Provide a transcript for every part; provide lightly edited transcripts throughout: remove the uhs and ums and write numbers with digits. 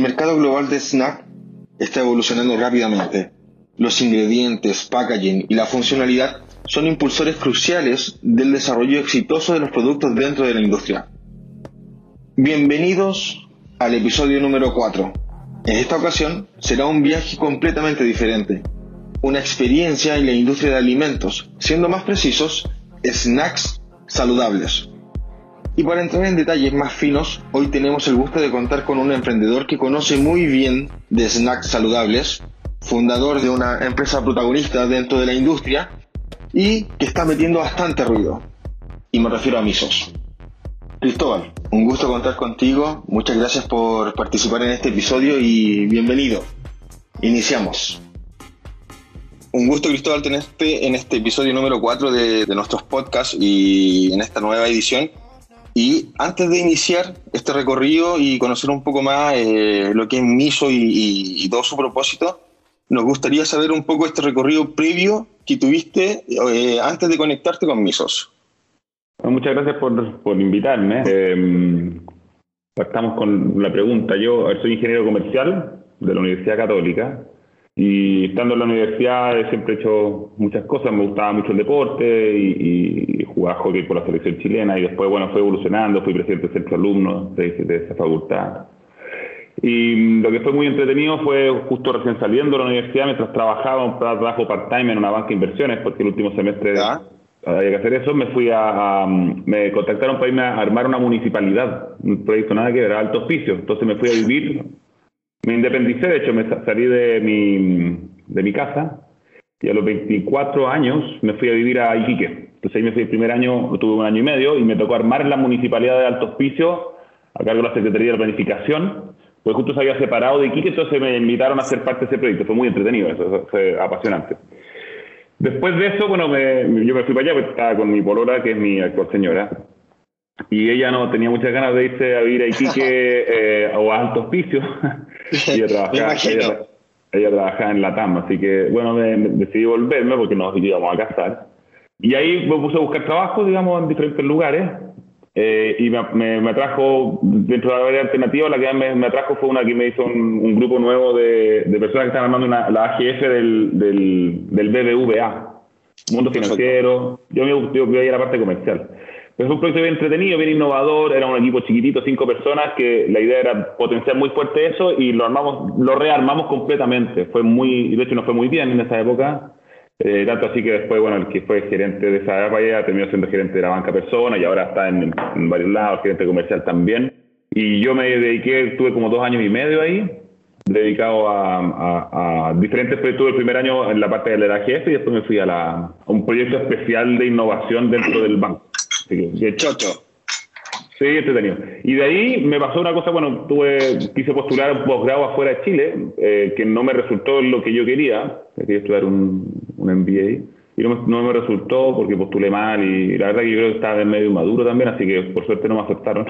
mercado global de snack está evolucionando rápidamente. Los ingredientes, packaging y la funcionalidad son impulsores cruciales del desarrollo exitoso de los productos dentro de la industria. Bienvenidos al episodio número 4. En esta ocasión será un viaje completamente diferente. Una experiencia en la industria de alimentos, siendo más precisos, snacks saludables. Y para entrar en detalles más finos, hoy tenemos el gusto de contar con un emprendedor que conoce muy bien de snacks saludables, fundador de una empresa protagonista dentro de la industria y que está metiendo bastante ruido. Y me refiero a Misos. Cristóbal, un gusto contar contigo. Muchas gracias por participar en este episodio y bienvenido. Iniciamos. Un gusto, Cristóbal, tenerte en este episodio número 4 de nuestros podcasts y en esta nueva edición. Y antes de iniciar este recorrido y conocer un poco más lo que es Miso y todo su propósito, nos gustaría saber un poco este recorrido previo que tuviste antes de conectarte con Misos. Bueno, muchas gracias por invitarme. Partamos con la pregunta. Yo soy ingeniero comercial de la Universidad Católica y estando en la universidad siempre he hecho muchas cosas. Me gustaba mucho el deporte y jugaba hockey por la selección chilena y después, bueno, fui evolucionando, fui presidente del centro de alumnos de esa facultad. Y lo que fue muy entretenido fue justo recién saliendo de la universidad, mientras trabajaba un trabajo part-time en una banca de inversiones, porque el último semestre había que hacer eso, me contactaron para irme a armar una municipalidad, un proyecto nada que ver, a alto hospicio. Entonces me fui a vivir, me independicé, de hecho me salí de mi casa y a los 24 años me fui a vivir a Iquique. Entonces ahí me fui el primer año, tuve un año y medio y me tocó armar la municipalidad de alto hospicio a cargo de la Secretaría de Planificación, pues justo se había separado de Iquique, entonces me invitaron a ser parte de ese proyecto. Fue muy entretenido, eso fue apasionante. Después de eso, bueno, yo me fui para allá, porque estaba con mi polola, que es mi actual señora, y ella no tenía muchas ganas de irse a vivir a Iquique o a alto hospicio. Ella trabajaba en la TAM, así que, bueno, decidí volverme porque nos íbamos a casar. Y ahí me puse a buscar trabajo, digamos, en diferentes lugares. Y me atrajo, dentro de la variedad alternativa, la que me atrajo fue una que me hizo un grupo nuevo de personas que estaban armando la AGF del BBVA, mundo financiero. Yo veía la parte comercial. Pero fue un proyecto bien entretenido, bien innovador, era un equipo chiquitito, 5 personas, que la idea era potenciar muy fuerte eso y lo rearmamos completamente. De hecho nos fue muy bien en esa época. Tanto así que después, bueno, el que fue gerente de esa área terminó siendo gerente de la banca persona y ahora está en varios lados, gerente comercial también. Y yo me dediqué, tuve como 2 años y medio ahí, dedicado a diferentes proyectos. Tuve el primer año en la parte del AGF y después me fui a un proyecto especial de innovación dentro del banco. Así que, chocho. Sí, entretenido. Y de ahí me pasó una cosa, bueno, quise postular un posgrado afuera de Chile, que no me resultó lo que yo quería estudiar un MBA, y no me resultó porque postulé mal, y la verdad que yo creo que estaba medio maduro también, así que por suerte no me aceptaron.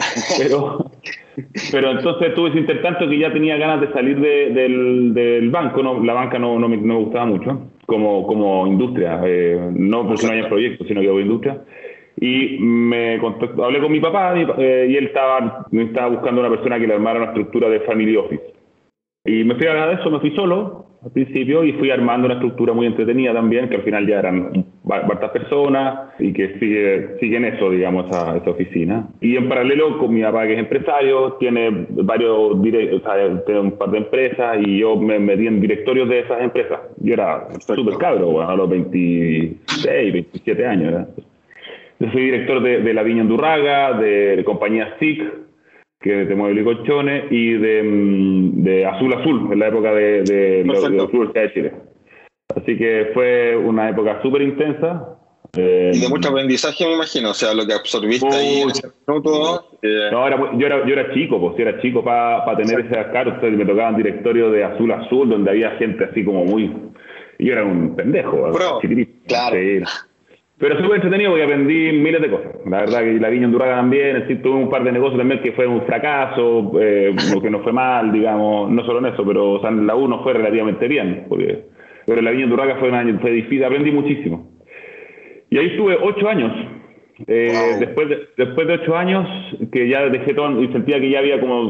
pero entonces tuve ese intertanto que ya tenía ganas de salir del banco, ¿no? La banca no me gustaba mucho, como industria, no porque no haya proyectos, sino que como industria. Y hablé con mi papá y él estaba buscando una persona que le armara una estructura de family office. Y me fui a eso, me fui solo al principio y fui armando una estructura muy entretenida también, que al final ya eran varias personas y que siguen eso, digamos, esa oficina. Y en paralelo con mi papá, que es empresario, tiene tiene un par de empresas y yo me metí en directorios de esas empresas. Yo era súper cabro, bueno, a los 26, 27 años, ¿verdad? Yo soy director de la Viña Undurraga, de compañía SIC, que es de muebles y colchones, y de Azul Azul, en la época de la Universidad de Chile. Así que fue una época súper intensa. Y de mucho aprendizaje, me imagino, o sea, lo que absorbiste ahí en ese minuto. No, yo era chico, pues era chico para tener esas cartas. Me tocaban directorio de Azul Azul, donde había gente así como muy... Y yo era un pendejo, chiquitito. Claro. Sí. Pero súper entretenido porque aprendí miles de cosas. La verdad que la Viña Undurraga también, tuve un par de negocios también que fue un fracaso, que no fue mal, digamos, no solo en eso, pero o sea, en la U no fue relativamente bien, pero la Viña Undurraga fue difícil, aprendí muchísimo. Y ahí estuve 8 años. Wow. Después de 8 años, que ya dejé todo y sentía que ya había como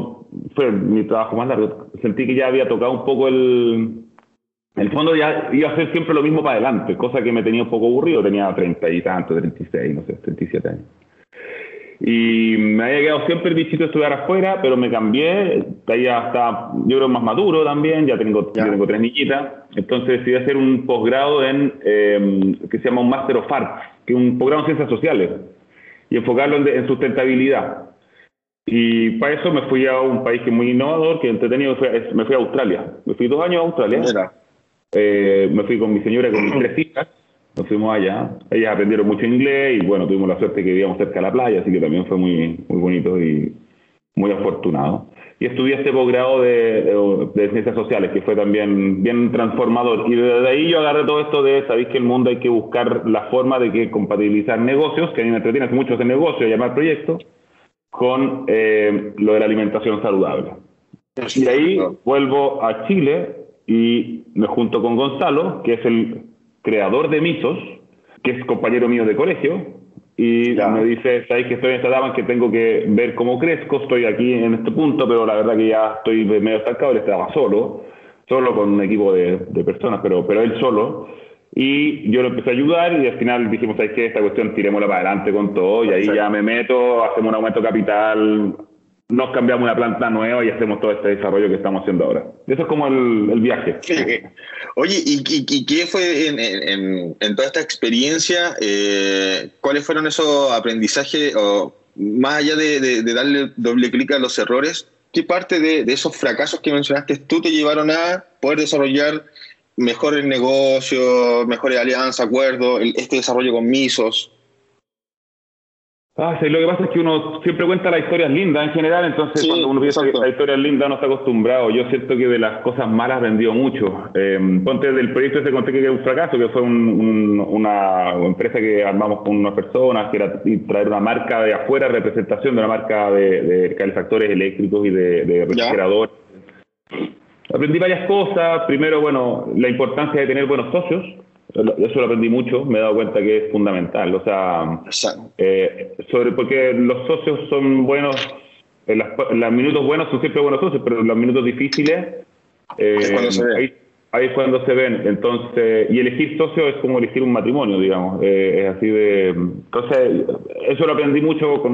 fue mi trabajo más largo, sentí que ya había tocado un poco el fondo, ya iba a hacer siempre lo mismo para adelante, cosa que me tenía un poco aburrido, tenía 30 y tanto, 36, no sé, 37 años. Y me había quedado siempre el bichito de estudiar afuera, pero me cambié, ahí ya estaba, yo creo, más maduro también, ya tengo 3 niñitas, entonces decidí hacer un posgrado en, que se llama un Master of Arts, que es un posgrado en Ciencias Sociales, y enfocarlo en sustentabilidad. Y para eso me fui a un país que es muy innovador, que es entretenido, me fui a Australia. Me fui 2 años a Australia. Me fui con mi señora y con mis 3 hijas. Nos fuimos allá. Ellas aprendieron mucho inglés y bueno, tuvimos la suerte que vivíamos cerca de la playa, así que también fue muy, muy bonito y muy afortunado. Y estudié este posgrado de Ciencias Sociales, que fue también bien transformador. Y desde ahí yo agarré todo esto de, sabéis que el mundo hay que buscar la forma de que compatibilizar negocios, que a mí me entretiene hace mucho ese negocio, llamar proyectos, con lo de la alimentación saludable. Y ahí vuelvo a Chile y me junto con Gonzalo, que es el creador de Misos, que es compañero mío de colegio, y me dice, sabéis que estoy en esta etapa en que tengo que ver cómo crezco, estoy aquí en este punto, pero la verdad que ya estoy medio estancado, él estaba solo con un equipo de personas, pero él solo. Y yo lo empecé a ayudar y al final dijimos, ¿sabes qué? Esta cuestión tirémosla para adelante con todo y ahí ya me meto, hacemos un aumento de capital, nos cambiamos una planta nueva y hacemos todo este desarrollo que estamos haciendo ahora. Eso es como el viaje. Oye, ¿y qué fue en toda esta experiencia? ¿Cuáles fueron esos aprendizajes, o más allá de darle doble clic a los errores, qué parte de esos fracasos que mencionaste tú te llevaron a poder desarrollar mejores negocios, mejores alianzas, acuerdos, este desarrollo con Misos? Sí, lo que pasa es que uno siempre cuenta las historias lindas en general, entonces cuando uno piensa que las historias lindas no está acostumbrado. Yo siento que de las cosas malas aprendió mucho. Ponte del proyecto ese, conté que era un fracaso, que fue una empresa que armamos con unas personas, que era traer una marca de afuera, representación de una marca de calefactores eléctricos y de refrigeradores. Aprendí varias cosas. Primero, bueno, la importancia de tener buenos socios. Eso lo aprendí mucho, me he dado cuenta que es fundamental. O sea, porque los socios son buenos, los minutos buenos son siempre buenos socios, pero en los minutos difíciles, ahí es cuando se ven. Entonces, y elegir socio es como elegir un matrimonio, digamos. Es así de. Entonces, eso lo aprendí mucho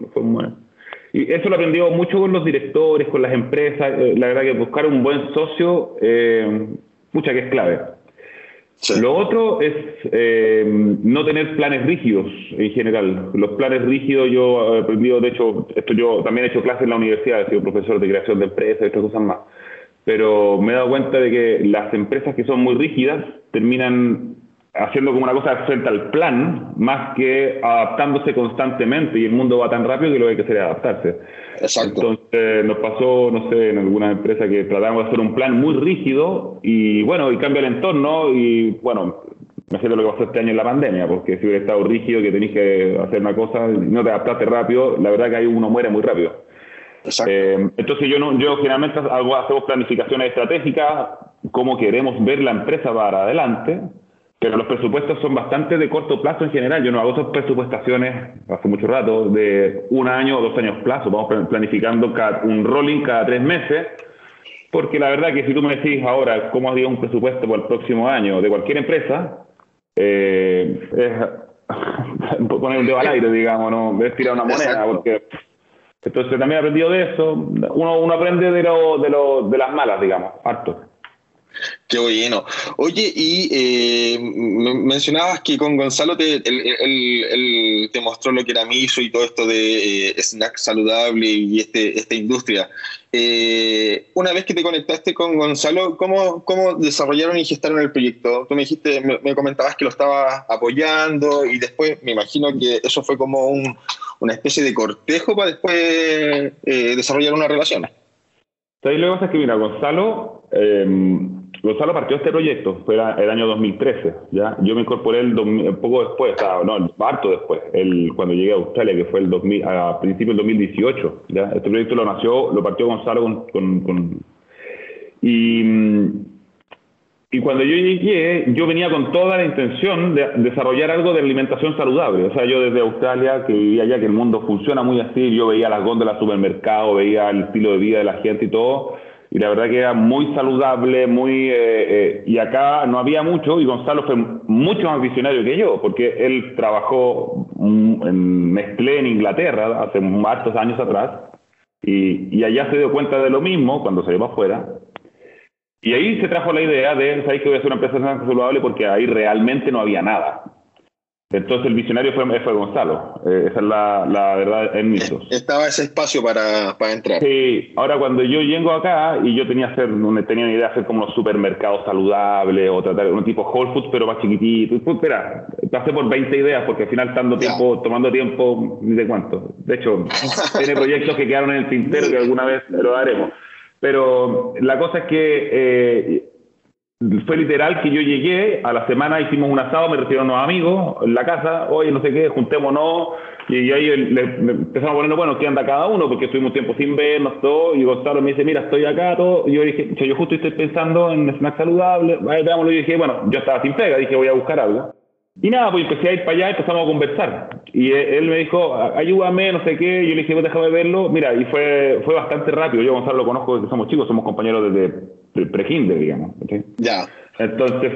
y eso lo aprendí mucho con los directores, con las empresas. La verdad que buscar un buen socio, que es clave. Sí. Lo otro es no tener planes rígidos en general. Los planes rígidos yo he aprendido, de hecho, yo también he hecho clases en la universidad, he sido profesor de creación de empresas y otras cosas más. Pero me he dado cuenta de que las empresas que son muy rígidas terminan haciendo como una cosa frente al plan, más que adaptándose constantemente, y el mundo va tan rápido que lo que hay que hacer es adaptarse. Exacto. Entonces nos pasó, no sé, en alguna empresa que tratamos de hacer un plan muy rígido y bueno, y cambia el entorno y bueno, imagínate lo que pasó este año en la pandemia, porque si hubiera estado rígido que tenés que hacer una cosa y no te adaptaste rápido, la verdad que ahí uno muere muy rápido. Exacto. Entonces yo generalmente hacemos planificaciones estratégicas, cómo queremos ver la empresa para adelante, pero los presupuestos son bastante de corto plazo en general. Yo no hago esas presupuestaciones hace mucho rato de 1 año o 2 años plazo. Vamos planificando un rolling cada 3 meses, porque la verdad que si tú me decís ahora cómo haría un presupuesto para el próximo año de cualquier empresa, es poner un dedo al aire, digamos, no es tirar una moneda. Porque entonces también he aprendido de eso. Uno aprende de las malas, digamos, harto. Qué bueno. Oye, y mencionabas que con Gonzalo él te mostró lo que era Miso y todo esto de snack saludable y esta industria. Una vez que te conectaste con Gonzalo, ¿cómo desarrollaron y gestaron el proyecto? Tú me comentabas que lo estabas apoyando y después me imagino que eso fue como una especie de cortejo para después desarrollar una relación. Entonces, lo que pasa es que, mira, Gonzalo partió este proyecto, fue el año 2013, ¿ya? Yo me incorporé poco después, harto después, cuando llegué a Australia, que fue a principios del 2018, ¿ya? Este proyecto lo partió Gonzalo y Y cuando yo llegué, yo venía con toda la intención de desarrollar algo de alimentación saludable. O sea, yo desde Australia, que vivía allá, que el mundo funciona muy así, yo veía las góndolas del supermercado, veía el estilo de vida de la gente y todo, y la verdad que era muy saludable, y acá no había mucho, y Gonzalo fue mucho más visionario que yo, porque él trabajó en Nestlé en Inglaterra hace hartos años atrás, y allá se dio cuenta de lo mismo cuando se iba afuera. Y ahí se trajo la idea de, ¿sabéis que voy a hacer una empresa saludable? Porque ahí realmente no había nada. Entonces el visionario fue Gonzalo. Esa es la verdad en Misos. Estaba ese espacio para entrar. Sí, ahora cuando yo llego acá y yo tenía una idea de hacer como los supermercados saludables o tratar un tipo Whole Foods pero más chiquitito. Pues, espera, pasé por 20 ideas porque al final tomando tiempo, ni de cuánto. De hecho, tiene proyectos que quedaron en el tintero que alguna vez lo haremos. Pero la cosa es que fue literal que yo llegué, a la semana hicimos un asado, me recibieron unos amigos en la casa, oye, no sé qué, juntémonos, y ahí le empezamos a poner, bueno, ¿qué anda cada uno? Porque estuvimos tiempo sin vernos, todo, y Gonzalo me dice, mira, estoy acá, todo, y yo dije, yo justo estoy pensando en snack saludable, veámoslo, y dije, bueno, yo estaba sin pega, dije, voy a buscar algo. Y nada, pues empecé a ir para allá, empezamos a conversar. Y él me dijo, ayúdame, no sé qué. Y yo le dije, déjame verlo. Mira, y fue bastante rápido. Yo a Gonzalo lo conozco desde que somos chicos, somos compañeros desde pre-kinder, digamos. ¿Okay? Ya. Entonces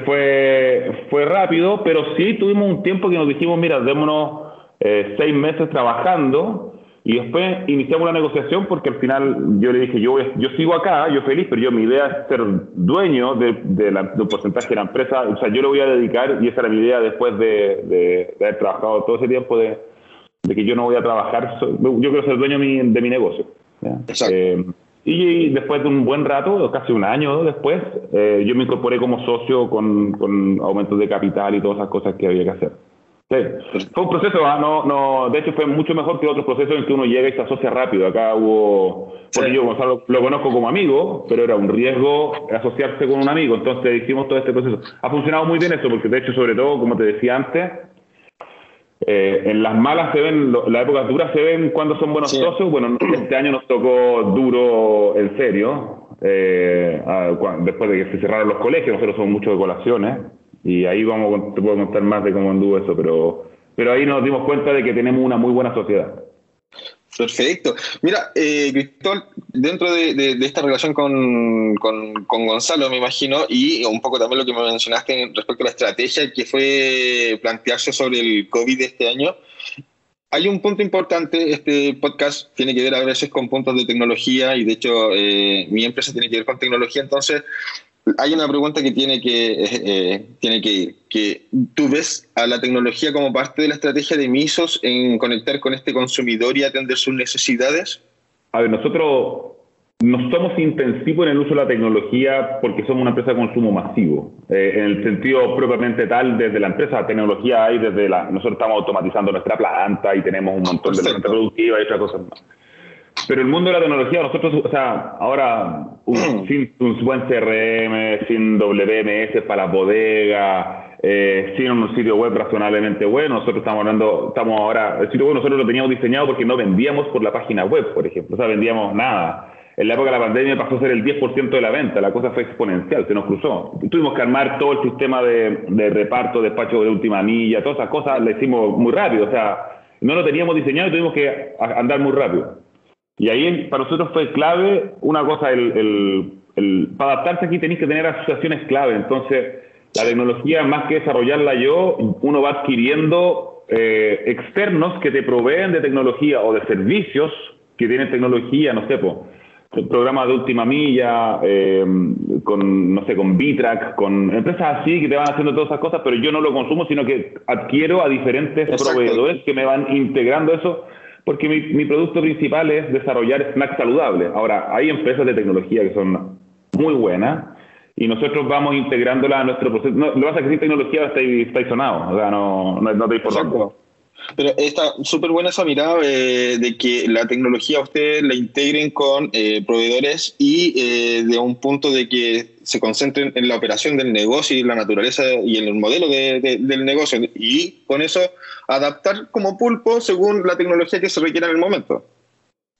fue rápido, pero sí tuvimos un tiempo que nos dijimos, mira, démonos 6 meses trabajando. Y después iniciamos la negociación porque al final yo le dije, yo sigo acá, yo feliz, pero mi idea es ser dueño de un porcentaje de la empresa. O sea, yo lo voy a dedicar, y esa era mi idea después de haber trabajado todo ese tiempo, de que yo no voy a trabajar, yo quiero ser dueño de mi negocio. Exacto. Y después de un buen rato, casi un año después, yo me incorporé como socio con aumentos de capital y todas esas cosas que había que hacer. Sí, fue un proceso, de hecho fue mucho mejor que otros procesos en que uno llega y se asocia rápido. Acá porque yo Gonzalo lo conozco como amigo, pero era un riesgo asociarse con un amigo, entonces hicimos todo este proceso. Ha funcionado muy bien eso, porque de hecho, sobre todo, como te decía antes, en las malas se ven, las épocas duras se ven cuando son buenos socios. Bueno, este año nos tocó duro en serio, después de que se cerraron los colegios, nosotros somos muchos de colaciones. Y ahí te puedo contar más de cómo anduvo eso, pero ahí nos dimos cuenta de que tenemos una muy buena sociedad. Perfecto. Mira, Cristóbal, dentro de esta relación con Gonzalo, me imagino, y un poco también lo que me mencionaste respecto a la estrategia que fue plantearse sobre el COVID de este año, hay un punto importante. Este podcast tiene que ver a veces con puntos de tecnología, y de hecho mi empresa tiene que ver con tecnología, entonces hay una pregunta que tiene que ir, que tú ves a la tecnología como parte de la estrategia de Misos en conectar con este consumidor y atender sus necesidades. A ver, nosotros no somos intensivos en el uso de la tecnología porque somos una empresa de consumo masivo. En el sentido propiamente tal, desde la empresa de tecnología hay, nosotros estamos automatizando nuestra planta y tenemos un montón de planta productiva y otras cosas más. Pero el mundo de la tecnología, nosotros, o sea, ahora sin un buen CRM, sin WMS para la bodega, sin un sitio web razonablemente bueno, nosotros el sitio web nosotros lo teníamos diseñado porque no vendíamos por la página web, por ejemplo, o sea, vendíamos nada. En la época de la pandemia pasó a ser el 10% de la venta, la cosa fue exponencial, se nos cruzó. Tuvimos que armar todo el sistema de reparto, despacho de última milla, todas esas cosas las hicimos muy rápido, o sea, no lo teníamos diseñado y tuvimos que andar muy rápido. Y ahí para nosotros fue clave una cosa, para adaptarse aquí tenéis que tener asociaciones clave. Entonces, la tecnología, más que desarrollarla uno va adquiriendo externos que te proveen de tecnología o de servicios que tienen tecnología, no sé, programas de última milla, con Bitrack, con empresas así que te van haciendo todas esas cosas, pero yo no lo consumo, sino que adquiero a diferentes proveedores que me van integrando eso. Porque mi producto principal es desarrollar snacks saludables. Ahora, hay empresas de tecnología que son muy buenas y nosotros vamos integrándolas a nuestro proceso. No, lo que pasa es que sin tecnología estáis sonados, o sea, no te importa. Pero está súper buena esa mirada de que la tecnología ustedes la integren con proveedores y de un punto de que se concentren en la operación del negocio y la naturaleza y en el modelo del negocio, y con eso adaptar como pulpo según la tecnología que se requiera en el momento.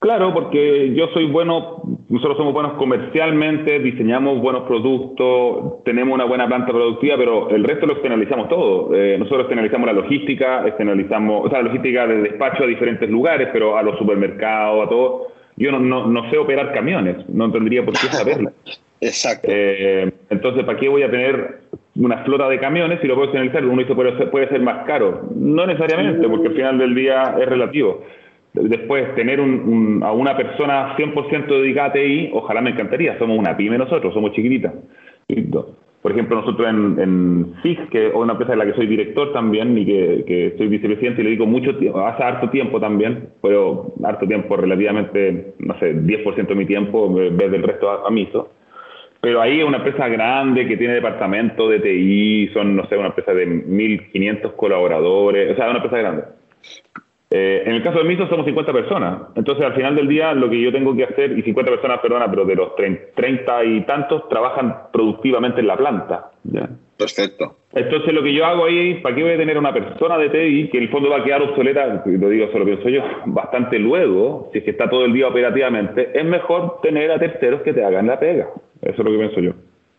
Claro, porque yo soy bueno, nosotros somos buenos comercialmente, diseñamos buenos productos, tenemos una buena planta productiva, pero el resto lo externalizamos todo. Nosotros externalizamos la logística, o sea, la logística de despacho a diferentes lugares, pero a los supermercados, a todo. Yo no sé operar camiones, no tendría por qué saberlo. Exacto. Entonces, ¿para qué voy a tener una flota de camiones si lo puedo externalizar? Uno dice, puede ser más caro. No necesariamente, porque al final del día es relativo. Después, tener a una persona 100% dedicada a TI, ojalá me encantaría. Somos una pyme nosotros, somos chiquititas. Por ejemplo, nosotros en SIG, que es una empresa de la que soy director también y que soy vicepresidente y le dedico mucho tiempo, hace harto tiempo también, pero harto tiempo relativamente, no sé, 10% de mi tiempo, en vez del resto a MISO. Pero ahí es una empresa grande que tiene departamento de TI, son, no sé, una empresa de 1.500 colaboradores, o sea, una empresa grande. En el caso de MISO somos 50 personas, entonces al final del día lo que yo tengo que hacer, y 50 personas, perdona, pero de los 30 y tantos trabajan productivamente en la planta. ¿Ya? Perfecto. Entonces lo que yo hago ahí es, ¿para qué voy a tener una persona de TI que en el fondo va a quedar obsoleta? Lo digo, solo pienso yo, bastante luego, si es que está todo el día operativamente, es mejor tener a terceros que te hagan la pega. Eso es lo que pienso yo.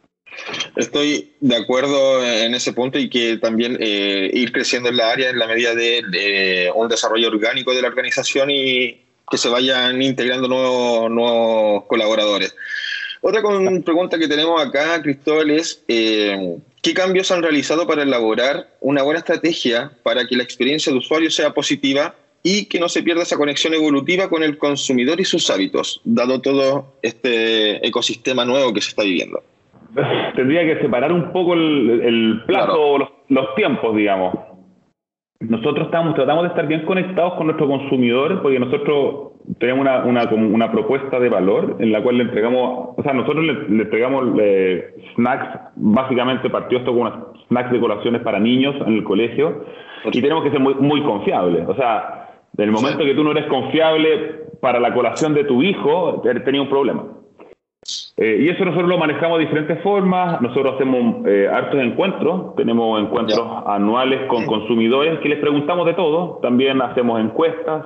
Estoy de acuerdo en ese punto y que también ir creciendo en la área en la medida de un desarrollo orgánico de la organización y que se vayan integrando nuevos colaboradores. Otra pregunta que tenemos acá, Cristóbal, es ¿qué cambios han realizado para elaborar una buena estrategia para que la experiencia de usuario sea positiva y que no se pierda esa conexión evolutiva con el consumidor y sus hábitos, dado todo este ecosistema nuevo que se está viviendo? Tendría que separar un poco el plazo, claro, o los tiempos, digamos. Nosotros tratamos de estar bien conectados con nuestro consumidor porque nosotros tenemos una propuesta de valor en la cual le entregamos, o sea, nosotros le entregamos snacks, básicamente partió esto con unas snacks de colaciones para niños en el colegio y tenemos que ser muy, muy confiables. O sea, del momento que tú no eres confiable para la colación de tu hijo, tenía un problema. Y eso nosotros lo manejamos de diferentes formas. Nosotros hacemos hartos encuentros, tenemos encuentros anuales con consumidores que les preguntamos de todo, también hacemos encuestas,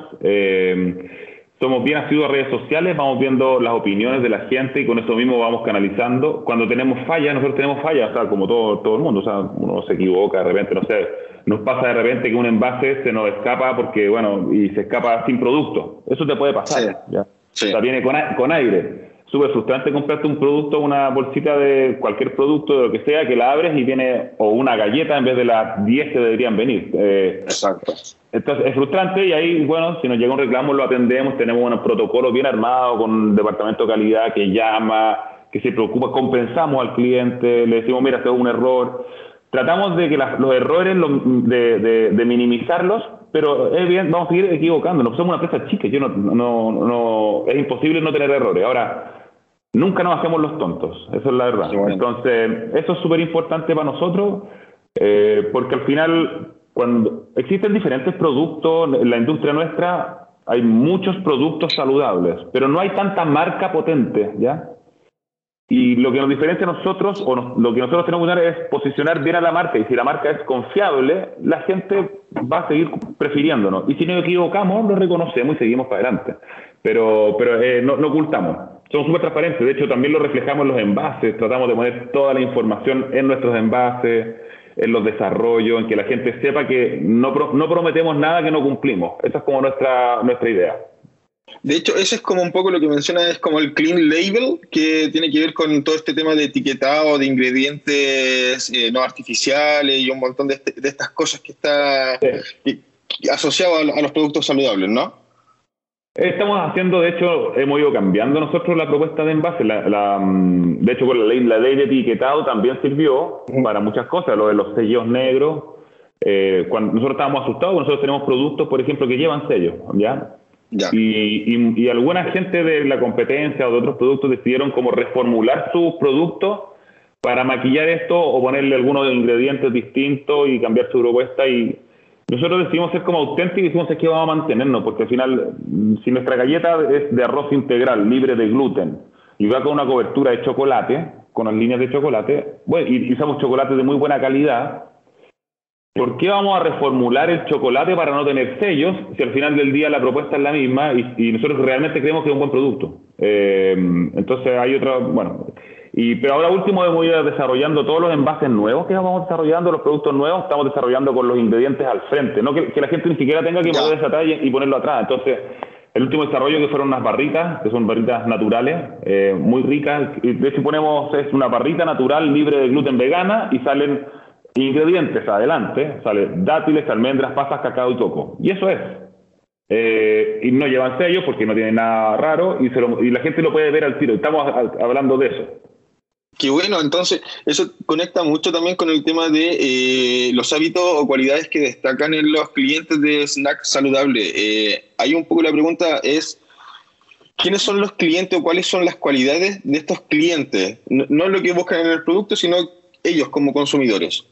somos bien asiduos a redes sociales, vamos viendo las opiniones de la gente y con eso mismo vamos canalizando. Cuando tenemos fallas, nosotros tenemos fallas, o sea, como todo el mundo, o sea, uno se equivoca de repente, no sé, nos pasa de repente que un envase se nos escapa porque, bueno, y se escapa sin producto. Eso te puede pasar, ¿ya? Sí. O sea, viene con aire. Súper frustrante comprarte un producto, una bolsita de cualquier producto, de lo que sea, que la abres y viene, o una galleta en vez de las 10 que deberían venir. Exacto. Entonces es frustrante y ahí, bueno, si nos llega un reclamo lo atendemos, tenemos unos protocolos bien armados con un departamento de calidad que llama, que se preocupa, compensamos al cliente, le decimos, mira, esto es un error. Tratamos de que los errores, de minimizarlos, pero es bien, vamos a seguir equivocándonos. Somos una empresa chica, es imposible no tener errores. Ahora, nunca nos hacemos los tontos, eso es la verdad. Sí, bueno. Entonces, eso es súper importante para nosotros, porque al final, cuando existen diferentes productos en la industria nuestra, hay muchos productos saludables, pero no hay tanta marca potente, ¿ya? Y lo que nos diferencia a nosotros, lo que nosotros tenemos que hacer es posicionar bien a la marca, y si la marca es confiable, la gente va a seguir prefiriéndonos. Y si nos equivocamos, lo reconocemos y seguimos para adelante. Pero no ocultamos. Somos súper transparentes, de hecho también lo reflejamos en los envases, tratamos de poner toda la información en nuestros envases, en los desarrollos, en que la gente sepa que no prometemos nada que no cumplimos. Esa es como nuestra idea. De hecho, eso es como un poco lo que menciona, es como el clean label, que tiene que ver con todo este tema de etiquetado, de ingredientes no artificiales y un montón de estas cosas que está asociado a los productos saludables, ¿no? Estamos haciendo, de hecho, hemos ido cambiando nosotros la propuesta de envase. De hecho, con la ley de etiquetado también sirvió para muchas cosas, lo de los sellos negros. Cuando nosotros estábamos asustados, nosotros tenemos productos, por ejemplo, que llevan sellos, ¿ya? Ya. Y alguna gente de la competencia o de otros productos decidieron como reformular sus productos para maquillar esto o ponerle algunos ingredientes distintos y cambiar su propuesta. Y nosotros decidimos ser como auténticos y decimos, es que vamos a mantenernos, porque al final, si nuestra galleta es de arroz integral, libre de gluten, y va con una cobertura de chocolate, con las líneas de chocolate, bueno, y usamos chocolate de muy buena calidad, ¿por qué vamos a reformular el chocolate para no tener sellos si al final del día la propuesta es la misma y nosotros realmente creemos que es un buen producto? Entonces hay otra, bueno, pero ahora último hemos ido desarrollando todos los envases nuevos que vamos desarrollando, los productos nuevos, estamos desarrollando con los ingredientes al frente, no que la gente ni siquiera tenga que mover esa talla y ponerlo atrás. Entonces, el último desarrollo que fueron unas barritas, que son barritas naturales, muy ricas. De hecho, ponemos es una barrita natural libre de gluten vegana y salen ingredientes adelante, sale dátiles, almendras, pasas, cacao y coco. Y eso es. Y no llevan sellos porque no tienen nada raro y la gente lo puede ver al tiro. Estamos hablando de eso. Qué bueno, entonces eso conecta mucho también con el tema de los hábitos o cualidades que destacan en los clientes de Snack Saludable. Ahí un poco la pregunta es, ¿quiénes son los clientes o cuáles son las cualidades de estos clientes? No lo que buscan en el producto, sino ellos como consumidores.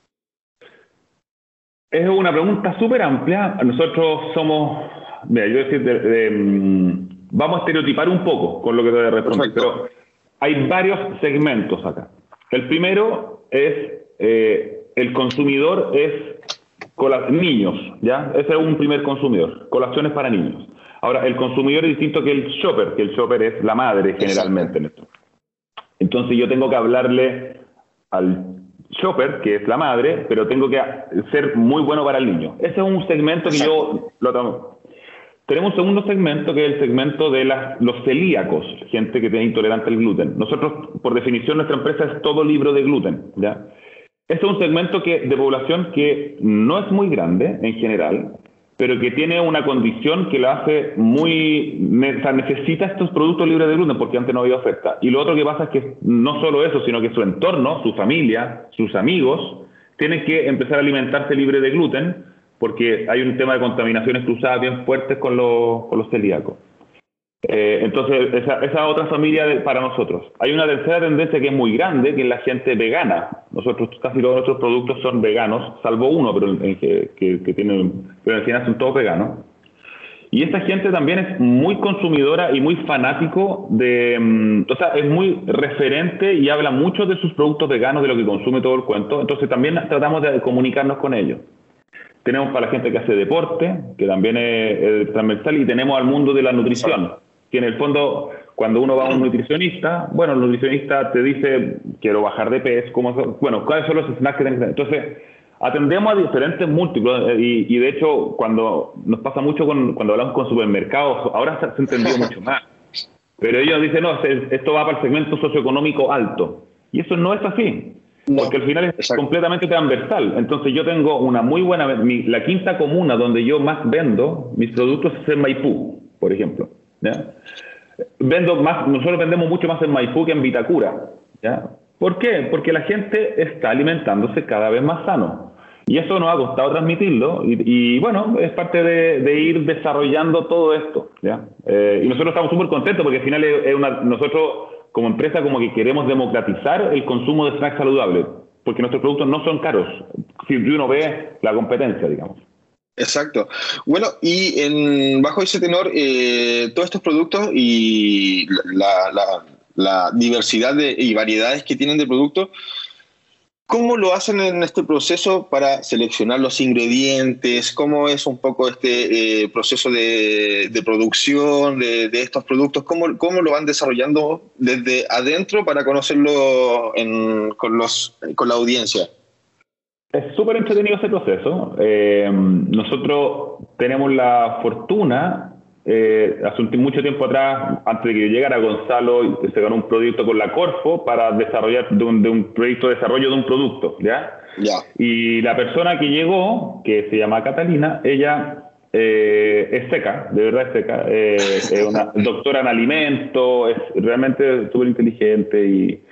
Es una pregunta súper amplia. Nosotros somos, mira, yo decir, vamos a estereotipar un poco con lo que te voy a responder, pero hay varios segmentos acá. El primero es, el consumidor es niños, ¿ya? Ese es un primer consumidor, colaciones para niños. Ahora, el consumidor es distinto que el shopper es la madre generalmente en esto. Entonces yo tengo que hablarle al shopper, que es la madre, pero tengo que ser muy bueno para el niño. Ese es un segmento que yo lo tomo. Tenemos un segundo segmento, que es el segmento de los celíacos, gente que tiene intolerante al gluten. Nosotros, por definición, nuestra empresa es todo libre de gluten, ¿ya? Este es un segmento de población que no es muy grande en general, pero que tiene una condición que la hace necesita estos productos libres de gluten porque antes no había oferta. Y lo otro que pasa es que no solo eso, sino que su entorno, su familia, sus amigos, tienen que empezar a alimentarse libre de gluten porque hay un tema de contaminaciones cruzadas bien fuertes con los celíacos. Entonces, esa otra familia para nosotros. Hay una tercera tendencia que es muy grande, que es la gente vegana. Nosotros, casi todos nuestros productos son veganos, salvo uno, pero en general son todos veganos. Y esta gente también es muy consumidora y muy fanático o sea, es muy referente y habla mucho de sus productos veganos, de lo que consume todo el cuento. Entonces también tratamos de comunicarnos con ellos. Tenemos para la gente que hace deporte, que también es transversal, y tenemos al mundo de la nutrición, que en el fondo, cuando uno va a un nutricionista, bueno, el nutricionista te dice, quiero bajar de peso, ¿cuáles son los snacks que tenés que tener? Entonces, atendemos a diferentes múltiplos, y de hecho, cuando nos pasa mucho cuando hablamos con supermercados, ahora se ha entendido mucho más, pero ellos dicen, no, esto va para el segmento socioeconómico alto, y eso no es así. No, porque al final es completamente transversal. Entonces yo tengo una muy buena... la quinta comuna donde yo más vendo mis productos es en Maipú, por ejemplo, ¿ya? Nosotros vendemos mucho más en Maipú que en Vitacura, ¿ya? ¿Por qué? Porque la gente está alimentándose cada vez más sano. Y eso nos ha costado transmitirlo. Y bueno, es parte de ir desarrollando todo esto, ¿ya? Y nosotros estamos súper contentos porque al final nosotros... como empresa como que queremos democratizar el consumo de snacks saludables, porque nuestros productos no son caros, si uno ve la competencia, digamos. Exacto. Bueno, y bajo ese tenor, todos estos productos y la diversidad y variedades que tienen de productos, ¿cómo lo hacen en este proceso para seleccionar los ingredientes? ¿Cómo es un poco este proceso de producción de estos productos? ¿Cómo lo van desarrollando desde adentro para conocerlo con la audiencia? Es súper entretenido ese proceso. Nosotros tenemos la fortuna, hace mucho tiempo atrás, antes de que yo llegara, Gonzalo se ganó un proyecto con la Corfo para desarrollar de un proyecto de desarrollo de un producto, ¿ya? Y la persona que llegó, que se llama Catalina, ella es seca, de verdad es seca, es una doctora en alimentos, es realmente súper inteligente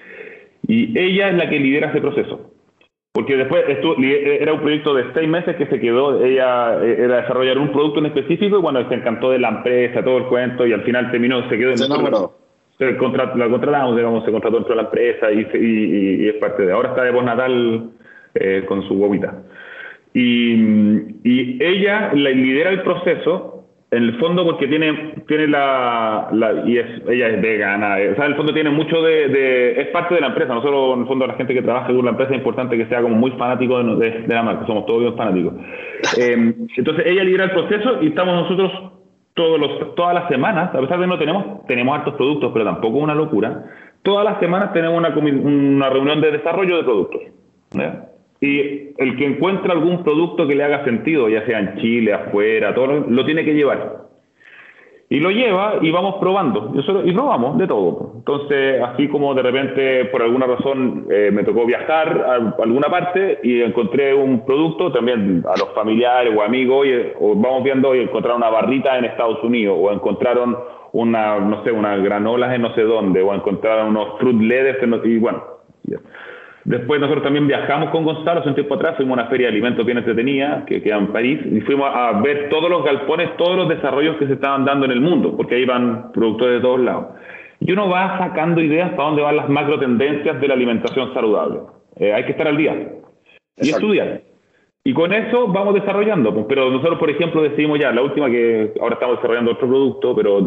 y ella es la que lidera ese proceso. Porque después era un proyecto de 6 meses que se quedó, ella era desarrollar un producto en específico y bueno, se encantó de la empresa, todo el cuento y al final se quedó en la contratamos, digamos, se contrató dentro de la empresa y es parte de ahora está de postnatal con su guaguita. Y ella lidera el proceso En el fondo porque tiene ella es vegana, o sea, en el fondo tiene mucho es parte de la empresa. Nosotros, en el fondo, la gente que trabaja con la empresa es importante que sea como muy fanático de la marca, somos todos bien fanáticos. Entonces ella lidera el proceso y estamos nosotros todas las semanas, a pesar de no tenemos hartos productos, pero tampoco una locura, todas las semanas tenemos una reunión de desarrollo de productos, ¿ya? Y el que encuentra algún producto que le haga sentido, ya sea en Chile, afuera, todo lo tiene que llevar. Y lo lleva y vamos probando. Y probamos de todo. Entonces, así como de repente, por alguna razón, me tocó viajar a alguna parte y encontré un producto, también a los familiares o amigos, o vamos viendo y encontraron una barrita en Estados Unidos, o encontraron unas granolas en no sé dónde, o encontraron unos fruit leathers, y bueno. Después nosotros también viajamos con Gonzalo hace un tiempo atrás, fuimos a una feria de alimentos bien entretenida, que queda en París, y fuimos a ver todos los galpones, todos los desarrollos que se estaban dando en el mundo, porque ahí van productores de todos lados. Y uno va sacando ideas para dónde van las macro tendencias de la alimentación saludable. Hay que estar al día y estudiar. Y con eso vamos desarrollando. Pero nosotros, por ejemplo, decidimos ya, la última que ahora estamos desarrollando otro producto, pero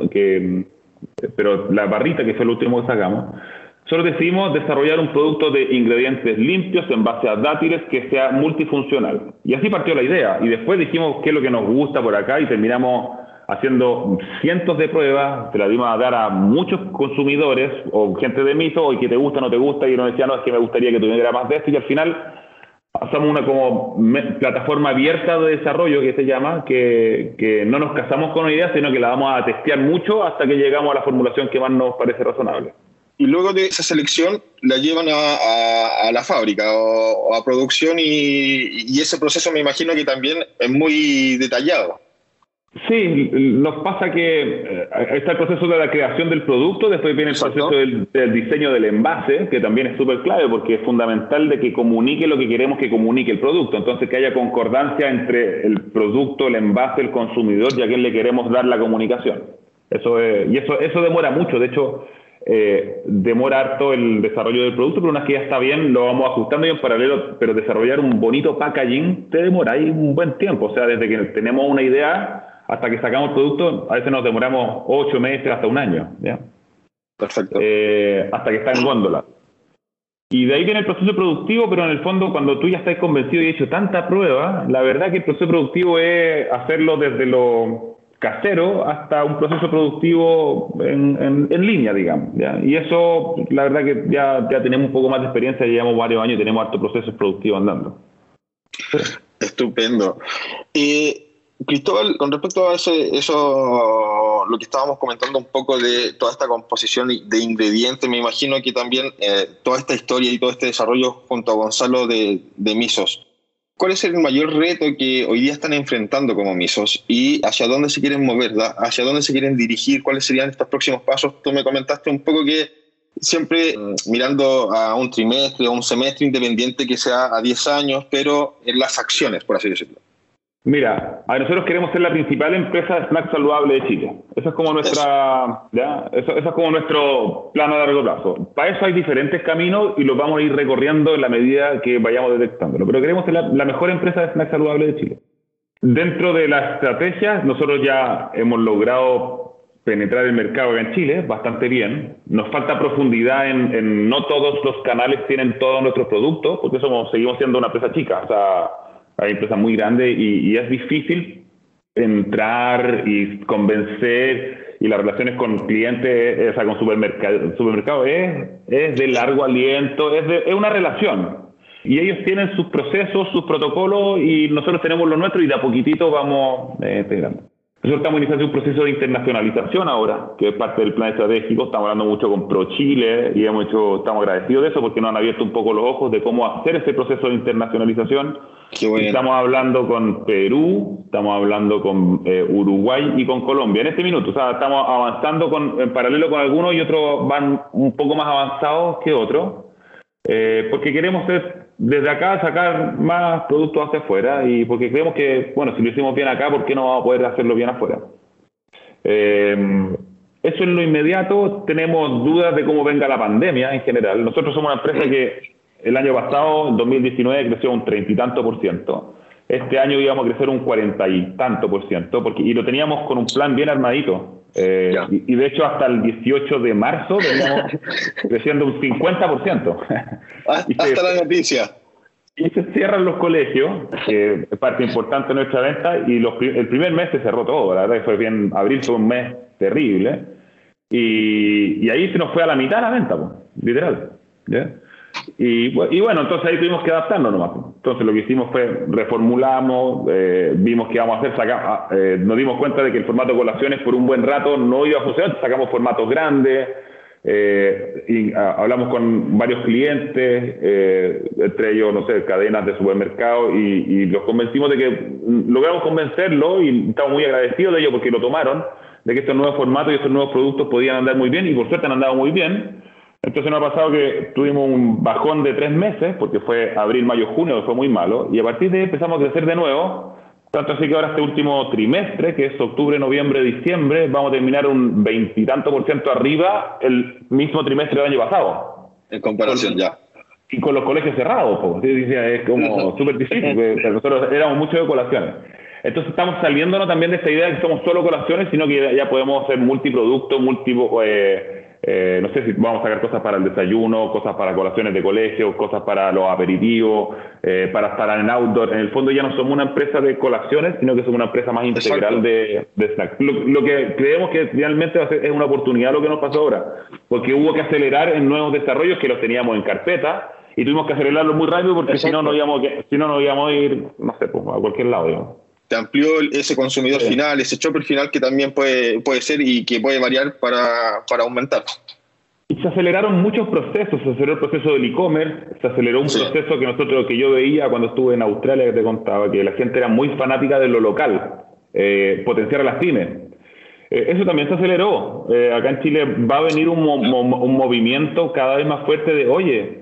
la barrita, que fue el último que sacamos, nosotros decidimos desarrollar un producto de ingredientes limpios en base a dátiles que sea multifuncional. Y así partió la idea. Y después dijimos qué es lo que nos gusta por acá y terminamos haciendo cientos de pruebas. Se las dimos a dar a muchos consumidores o gente de Miso, y que te gusta, no te gusta. Y uno decía, no, es que me gustaría que tuviera más de esto. Y al final hacemos una como plataforma abierta de desarrollo que se llama, que no nos casamos con una idea, sino que la vamos a testear mucho hasta que llegamos a la formulación que más nos parece razonable. Y luego de esa selección la llevan a la fábrica o a producción y ese proceso me imagino que también es muy detallado. Sí, nos pasa que está el proceso de la creación del producto, después viene el proceso del diseño del envase, que también es súper clave porque es fundamental de que comunique lo que queremos que comunique el producto, entonces que haya concordancia entre el producto, el envase, el consumidor y a quién le queremos dar la comunicación. Eso demora mucho, de hecho demora harto el desarrollo del producto, pero una vez que ya está bien lo vamos ajustando y en paralelo, pero desarrollar un bonito packaging te demora ahí un buen tiempo, o sea, desde que tenemos una idea hasta que sacamos el producto, a veces nos demoramos 8 meses hasta un año, ¿ya? Perfecto. Hasta que está en góndola. Y de ahí viene el proceso productivo, pero en el fondo cuando tú ya estás convencido y hecho tanta prueba, la verdad que el proceso productivo es hacerlo desde lo casero hasta un proceso productivo en línea, digamos, ¿ya? Y eso, la verdad que ya tenemos un poco más de experiencia, llevamos varios años y tenemos hartos procesos productivos andando. Estupendo. Cristóbal, con respecto a eso, lo que estábamos comentando un poco de toda esta composición de ingredientes, me imagino que también toda esta historia y todo este desarrollo junto a Gonzalo de Misos. ¿Cuál es el mayor reto que hoy día están enfrentando como Misos y hacia dónde se quieren mover, hacia dónde se quieren dirigir? ¿Cuáles serían estos próximos pasos? Tú me comentaste un poco que siempre mirando a un trimestre o un semestre independiente que sea a 10 años, pero en las acciones, por así decirlo. Mira, nosotros queremos ser la principal empresa de snack saludable de Chile. Eso es como eso es como nuestro plano a largo plazo. Para eso hay diferentes caminos y los vamos a ir recorriendo en la medida que vayamos detectándolo. Pero queremos ser la mejor empresa de snack saludable de Chile. Dentro de la estrategia, nosotros ya hemos logrado penetrar el mercado acá en Chile bastante bien. Nos falta profundidad en no todos los canales tienen todos nuestros productos, porque seguimos siendo una empresa chica. O sea, hay empresas muy grandes y es difícil entrar y convencer, y las relaciones con clientes, o sea, con supermercado es de largo aliento, es una relación. Y ellos tienen sus procesos, sus protocolos, y nosotros tenemos lo nuestro, y de a poquitito vamos integrando. Nosotros estamos iniciando un proceso de internacionalización ahora, que es parte del plan estratégico. Estamos hablando mucho con ProChile y estamos agradecidos de eso porque nos han abierto un poco los ojos de cómo hacer ese proceso de internacionalización. Qué bueno. Estamos hablando con Perú, estamos hablando con Uruguay y con Colombia en este minuto. O sea, estamos avanzando en paralelo con algunos y otros van un poco más avanzados que otros. Porque queremos desde acá sacar más productos hacia afuera y porque creemos que, bueno, si lo hicimos bien acá, ¿por qué no vamos a poder hacerlo bien afuera? Eso en lo inmediato. Tenemos dudas de cómo venga la pandemia en general. Nosotros somos una empresa que el año pasado, en 2019, creció un 30 y tanto %. este año íbamos a crecer un 40 y tanto por ciento, y lo teníamos con un plan bien armadito. Y de hecho hasta el 18 de marzo veníamos creciendo un 50%. Hasta la noticia. Y se cierran los colegios, que es parte importante de nuestra venta, y el primer mes se cerró todo. La verdad que fue bien, abril fue un mes terrible, y ahí se nos fue a la mitad la venta, pues, literal. ¿Ya? Y bueno, entonces ahí tuvimos que adaptarnos nomás. Entonces lo que hicimos fue reformulamos, vimos que íbamos a hacer, nos dimos cuenta de que el formato de colaciones por un buen rato no iba a funcionar, sacamos formatos grandes, y hablamos con varios clientes, entre ellos, no sé, cadenas de supermercados, y los convencimos de que logramos convencerlos, y estamos muy agradecidos de ellos porque lo tomaron, de que estos nuevos formatos y estos nuevos productos podían andar muy bien, y por suerte han andado muy bien. Entonces nos ha pasado que tuvimos un bajón de 3 meses, porque fue abril, mayo, junio, que fue muy malo, y a partir de ahí empezamos a crecer de nuevo, tanto así que ahora este último trimestre, que es octubre, noviembre, diciembre, vamos a terminar un 20 y tanto por ciento arriba el mismo trimestre del año pasado. En comparación, ya. Y con los colegios cerrados, pues, es como súper difícil, porque nosotros éramos muchos de colaciones. Entonces estamos saliéndonos también de esta idea de que somos solo colaciones, sino que ya podemos hacer multiproductos, no sé si vamos a sacar cosas para el desayuno, cosas para colaciones de colegio, cosas para los aperitivos, para estar en outdoor. En el fondo ya no somos una empresa de colaciones, sino que somos una empresa más integral de snacks. Lo que creemos que realmente es una oportunidad lo que nos pasó ahora, porque hubo que acelerar en nuevos desarrollos que los teníamos en carpeta, y tuvimos que acelerarlo muy rápido porque si no nos íbamos a ir, no sé, pues, a cualquier lado, digamos. Te amplió ese consumidor final, ese shopper final que también puede ser y que puede variar para aumentar. Y se aceleraron muchos procesos, se aceleró el proceso del e-commerce, se aceleró un proceso que yo veía cuando estuve en Australia, que te contaba, que la gente era muy fanática de lo local, potenciar a las pymes. Eso también se aceleró. Acá en Chile va a venir un movimiento cada vez más fuerte de, oye,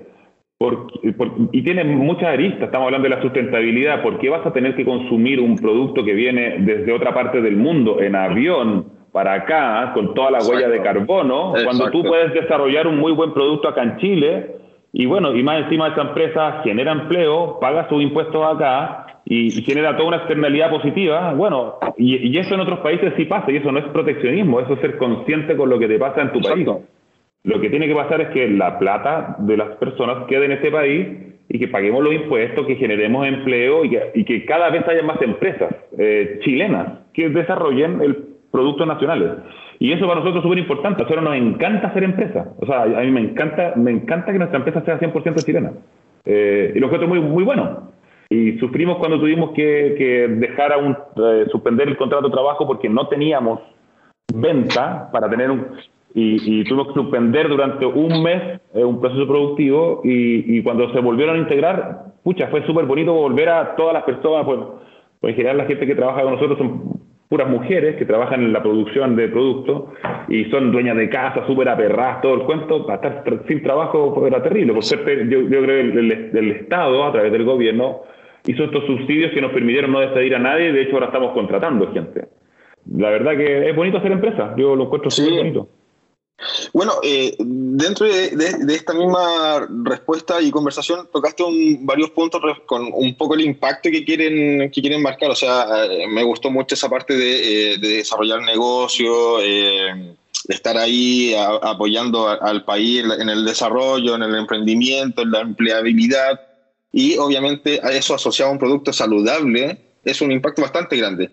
y tiene muchas aristas, estamos hablando de la sustentabilidad. ¿Por qué vas a tener que consumir un producto que viene desde otra parte del mundo en avión para acá, con toda la huella de carbono, cuando tú puedes desarrollar un muy buen producto acá en Chile? Y bueno, y más encima esta empresa genera empleo, paga sus impuestos acá y genera toda una externalidad positiva. Bueno, y eso en otros países sí pasa, y eso no es proteccionismo, eso es ser consciente con lo que te pasa en tu país. Lo que tiene que pasar es que la plata de las personas quede en este país y que paguemos los impuestos, que generemos empleo y que cada vez haya más empresas chilenas que desarrollen productos nacionales. Y eso para nosotros es súper importante. A nosotros nos encanta hacer empresa. O sea, a mí me encanta que nuestra empresa sea 100% chilena. Y lo encuentro muy, muy bueno. Y sufrimos cuando tuvimos que dejar suspender el contrato de trabajo porque no teníamos venta para tener y tuvimos que suspender durante un mes un proceso productivo, y cuando se volvieron a integrar, pucha, fue súper bonito volver a todas las personas, pues en general la gente que trabaja con nosotros son puras mujeres que trabajan en la producción de productos y son dueñas de casa, súper aperradas, todo el cuento. Para estar sin trabajo era terrible. Por suerte, yo creo que el Estado, a través del gobierno, hizo estos subsidios que nos permitieron no despedir a nadie. De hecho, ahora estamos contratando gente. La verdad que es bonito hacer empresa. Yo lo encuentro súper bonito. Bueno, dentro de esta misma respuesta y conversación tocaste varios puntos con un poco el impacto que quieren marcar. O sea, me gustó mucho esa parte de desarrollar negocio, de estar ahí apoyando al país en el desarrollo, en el emprendimiento, en la empleabilidad, y obviamente a eso asociado a un producto saludable es un impacto bastante grande.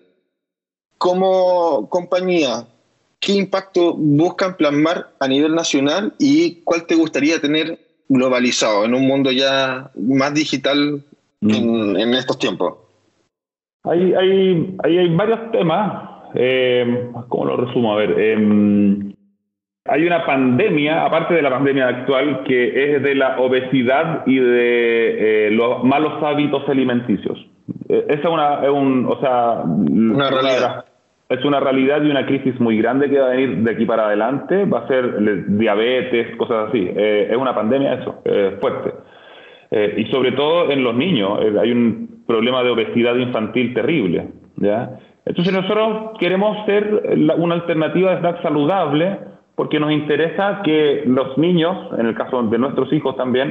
Como compañía, ¿qué impacto buscan plasmar a nivel nacional y cuál te gustaría tener globalizado en un mundo ya más digital en estos tiempos? Hay varios temas. ¿Cómo lo resumo? A ver, hay una pandemia, aparte de la pandemia actual, que es de la obesidad y de los malos hábitos alimenticios. Esa es una realidad. Es una realidad y una crisis muy grande que va a venir de aquí para adelante. Va a ser diabetes, cosas así. Es una pandemia eso, fuerte. Y sobre todo en los niños. Hay un problema de obesidad infantil terrible, ¿ya? Entonces nosotros queremos ser una alternativa de snack saludable porque nos interesa que los niños, en el caso de nuestros hijos también,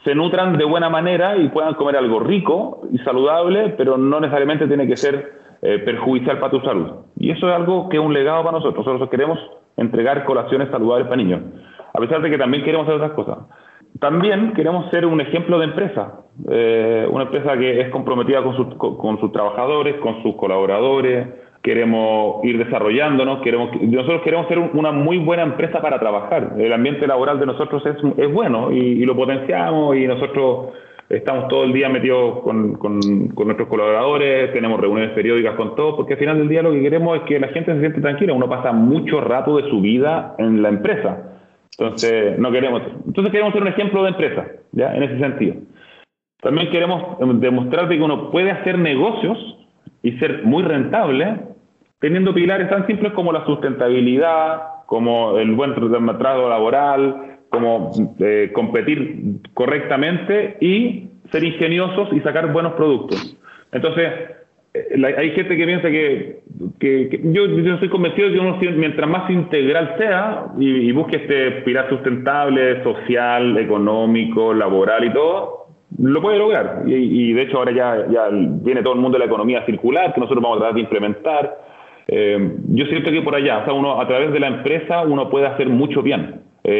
se nutran de buena manera y puedan comer algo rico y saludable, pero no necesariamente tiene que ser perjudicial para tu salud. Y eso es algo que es un legado para nosotros. Nosotros queremos entregar colaciones saludables para niños, a pesar de que también queremos hacer otras cosas. También queremos ser un ejemplo de empresa, una empresa que es comprometida con sus trabajadores, con sus colaboradores. Queremos ir desarrollándonos, nosotros queremos ser una muy buena empresa para trabajar. El ambiente laboral de nosotros es bueno y lo potenciamos, y nosotros estamos todo el día metidos con nuestros colaboradores, tenemos reuniones periódicas con todos, porque al final del día lo que queremos es que la gente se siente tranquila. Uno pasa mucho rato de su vida en la empresa, entonces queremos ser un ejemplo de empresa, ¿ya? En ese sentido. También queremos demostrar que uno puede hacer negocios y ser muy rentable teniendo pilares tan simples como la sustentabilidad, como el buen trato laboral, como competir correctamente y ser ingeniosos y sacar buenos productos. Entonces, hay gente que piensa que yo estoy convencido de que uno, mientras más integral sea y busque este pilar sustentable, social, económico, laboral y todo, lo puede lograr. Y de hecho ahora ya viene todo el mundo de la economía circular, que nosotros vamos a tratar de implementar. Yo siento que por allá, o sea, uno a través de la empresa uno puede hacer mucho bien.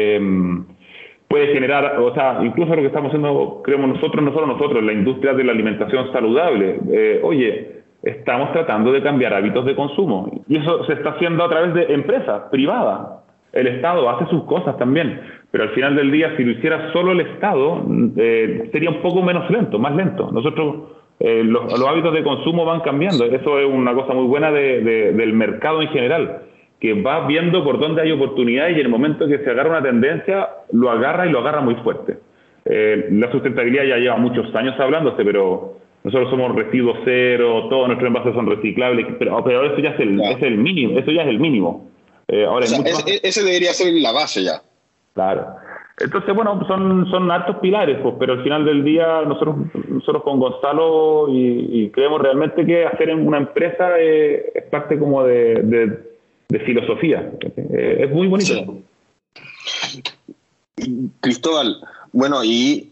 Puede generar, o sea, incluso lo que estamos haciendo, creemos nosotros, la industria de la alimentación saludable. Estamos tratando de cambiar hábitos de consumo, y eso se está haciendo a través de empresas privadas. El Estado hace sus cosas también, pero al final del día, si lo hiciera solo el Estado, sería un poco más lento. Nosotros, los hábitos de consumo van cambiando. Eso es una cosa muy buena del mercado en general, que va viendo por dónde hay oportunidades, y en el momento que se agarra una tendencia, lo agarra muy fuerte. La sustentabilidad ya lleva muchos años hablándose, pero nosotros somos residuos cero, todos nuestros envases son reciclables, pero eso ya es el mínimo, eso ya es el mínimo. Ahora, ese debería ser la base ya. Claro. Entonces, bueno, son hartos pilares, pues, pero al final del día nosotros con Gonzalo y creemos realmente que hacer una empresa es parte como de filosofía. Es muy bonito. Sí. Cristóbal, bueno, y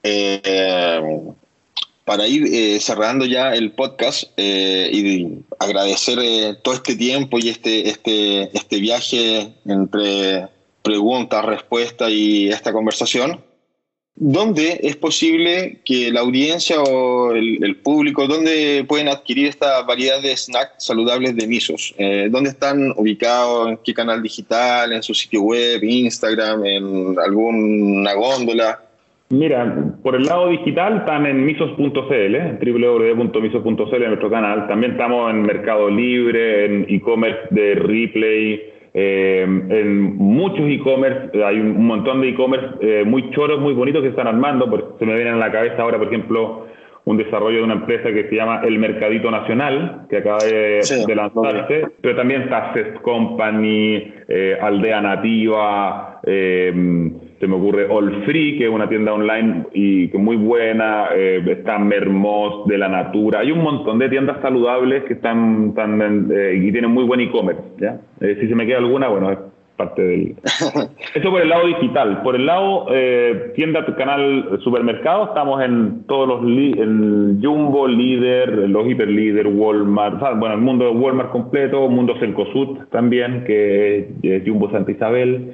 para ir cerrando ya el podcast y agradecer todo este tiempo y este viaje entre preguntas, respuestas y esta conversación, ¿dónde es posible que la audiencia o el público, dónde pueden adquirir esta variedad de snacks saludables de Misos? ¿Dónde están ubicados? ¿En qué canal digital? ¿En su sitio web, Instagram, en alguna góndola? Mira, por el lado digital están en misos.cl, www.misos.cl, en nuestro canal. También estamos en Mercado Libre, en e-commerce de Ripley, en muchos e-commerce. Hay un montón de e-commerce muy choros, muy bonitos que están armando. Se me viene a la cabeza ahora, por ejemplo, un desarrollo de una empresa que se llama El Mercadito Nacional, que acaba de lanzarse, pero también está Zest Company, Aldea Nativa, se me ocurre All Free, que es una tienda online y que muy buena, está Mermos, De la Natura. Hay un montón de tiendas saludables que están y tienen muy buen e-commerce, ¿ya? Si se me queda alguna, bueno, es parte del... Eso por el lado digital. Por el lado tienda, canal, supermercado, estamos en todos los en Jumbo, Líder, los Hiperlíder, Walmart, bueno, el mundo de Walmart completo, mundo Cencosud también, que es Jumbo Santa Isabel.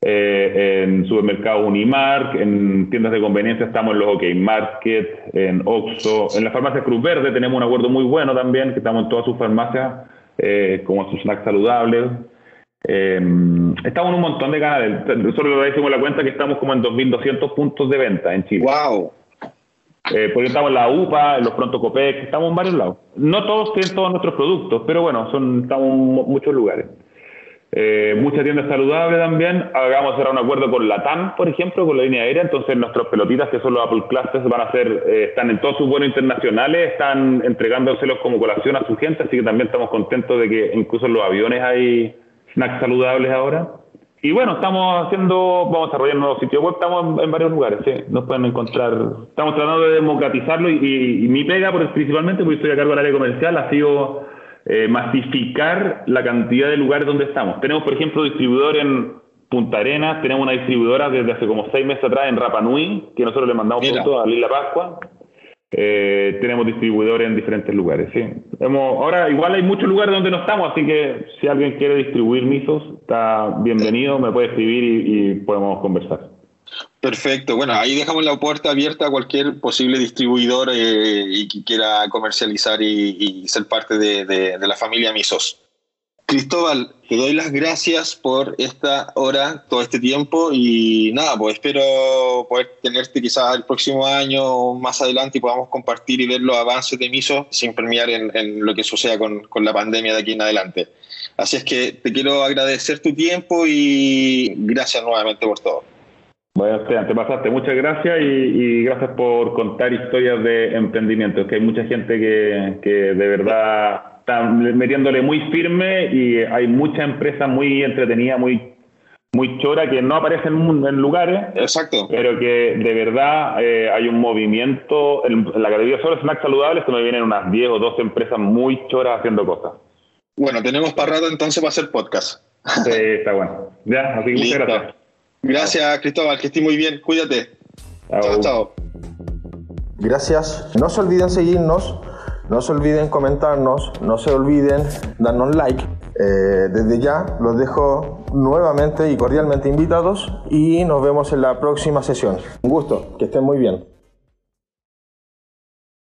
En supermercado Unimark, en tiendas de conveniencia estamos en los OK Market, en Oxxo, en la farmacia Cruz Verde tenemos un acuerdo muy bueno también, que estamos en todas sus farmacias como sus snacks saludables. Estamos en un montón de canales. Nosotros le hicimos la cuenta que estamos como en 2.200 puntos de venta en Chile. ¡Wow! Porque estamos en la UPA, en los Pronto Copec, estamos en varios lados. No todos tienen todos nuestros productos, pero bueno, estamos en muchos lugares. Muchas tiendas saludables también. Vamos a hacer un acuerdo con Latam, por ejemplo, con la línea aérea. Entonces nuestras pelotitas, que son los Apple Clusters, van a ser, están en todos sus vuelos internacionales, están entregándoselos como colación a su gente, así que también estamos contentos de que incluso en los aviones hay snacks saludables ahora. Y bueno, vamos desarrollando un nuevo sitio web, estamos en varios lugares, sí, nos pueden encontrar. Estamos tratando de democratizarlo y mi pega, principalmente, porque estoy a cargo del área comercial, ha sido masificar la cantidad de lugares donde estamos. Tenemos, por ejemplo, distribuidor en Punta Arenas, tenemos una distribuidora desde hace como 6 meses atrás en Rapa Nui, que nosotros le mandamos productos a la Isla Pascua. Tenemos distribuidores en diferentes lugares, sí. Ahora igual hay muchos lugares donde no estamos, así que si alguien quiere distribuir misos, está bienvenido, me puede escribir y podemos conversar. Perfecto, bueno, ahí dejamos la puerta abierta a cualquier posible distribuidor y que quiera comercializar y ser parte de la familia Misos. Cristóbal, te doy las gracias por esta hora, todo este tiempo y nada, pues espero poder tenerte quizás el próximo año o más adelante y podamos compartir y ver los avances de Misos sin permear en lo que suceda con la pandemia de aquí en adelante. Así es que te quiero agradecer tu tiempo y gracias nuevamente por todo. Bueno, Esteban, te pasaste, muchas gracias y gracias por contar historias de emprendimiento, que hay mucha gente que de verdad está metiéndole muy firme y hay muchas empresas muy entretenidas, muy chora que no aparecen en lugares. Exacto. Pero que de verdad hay un movimiento. En la categoría solo snacks saludables se me vienen unas 10 o 12 empresas muy choras haciendo cosas. Bueno, tenemos para rato entonces para hacer podcast. Sí, está bueno. Ya, así que muchas gracias. Gracias, Cristóbal, que estés muy bien. Cuídate. Chao, chao. Gracias. No se olviden seguirnos, no se olviden comentarnos, no se olviden darnos like. Desde ya los dejo nuevamente y cordialmente invitados y nos vemos en la próxima sesión. Un gusto, que estén muy bien.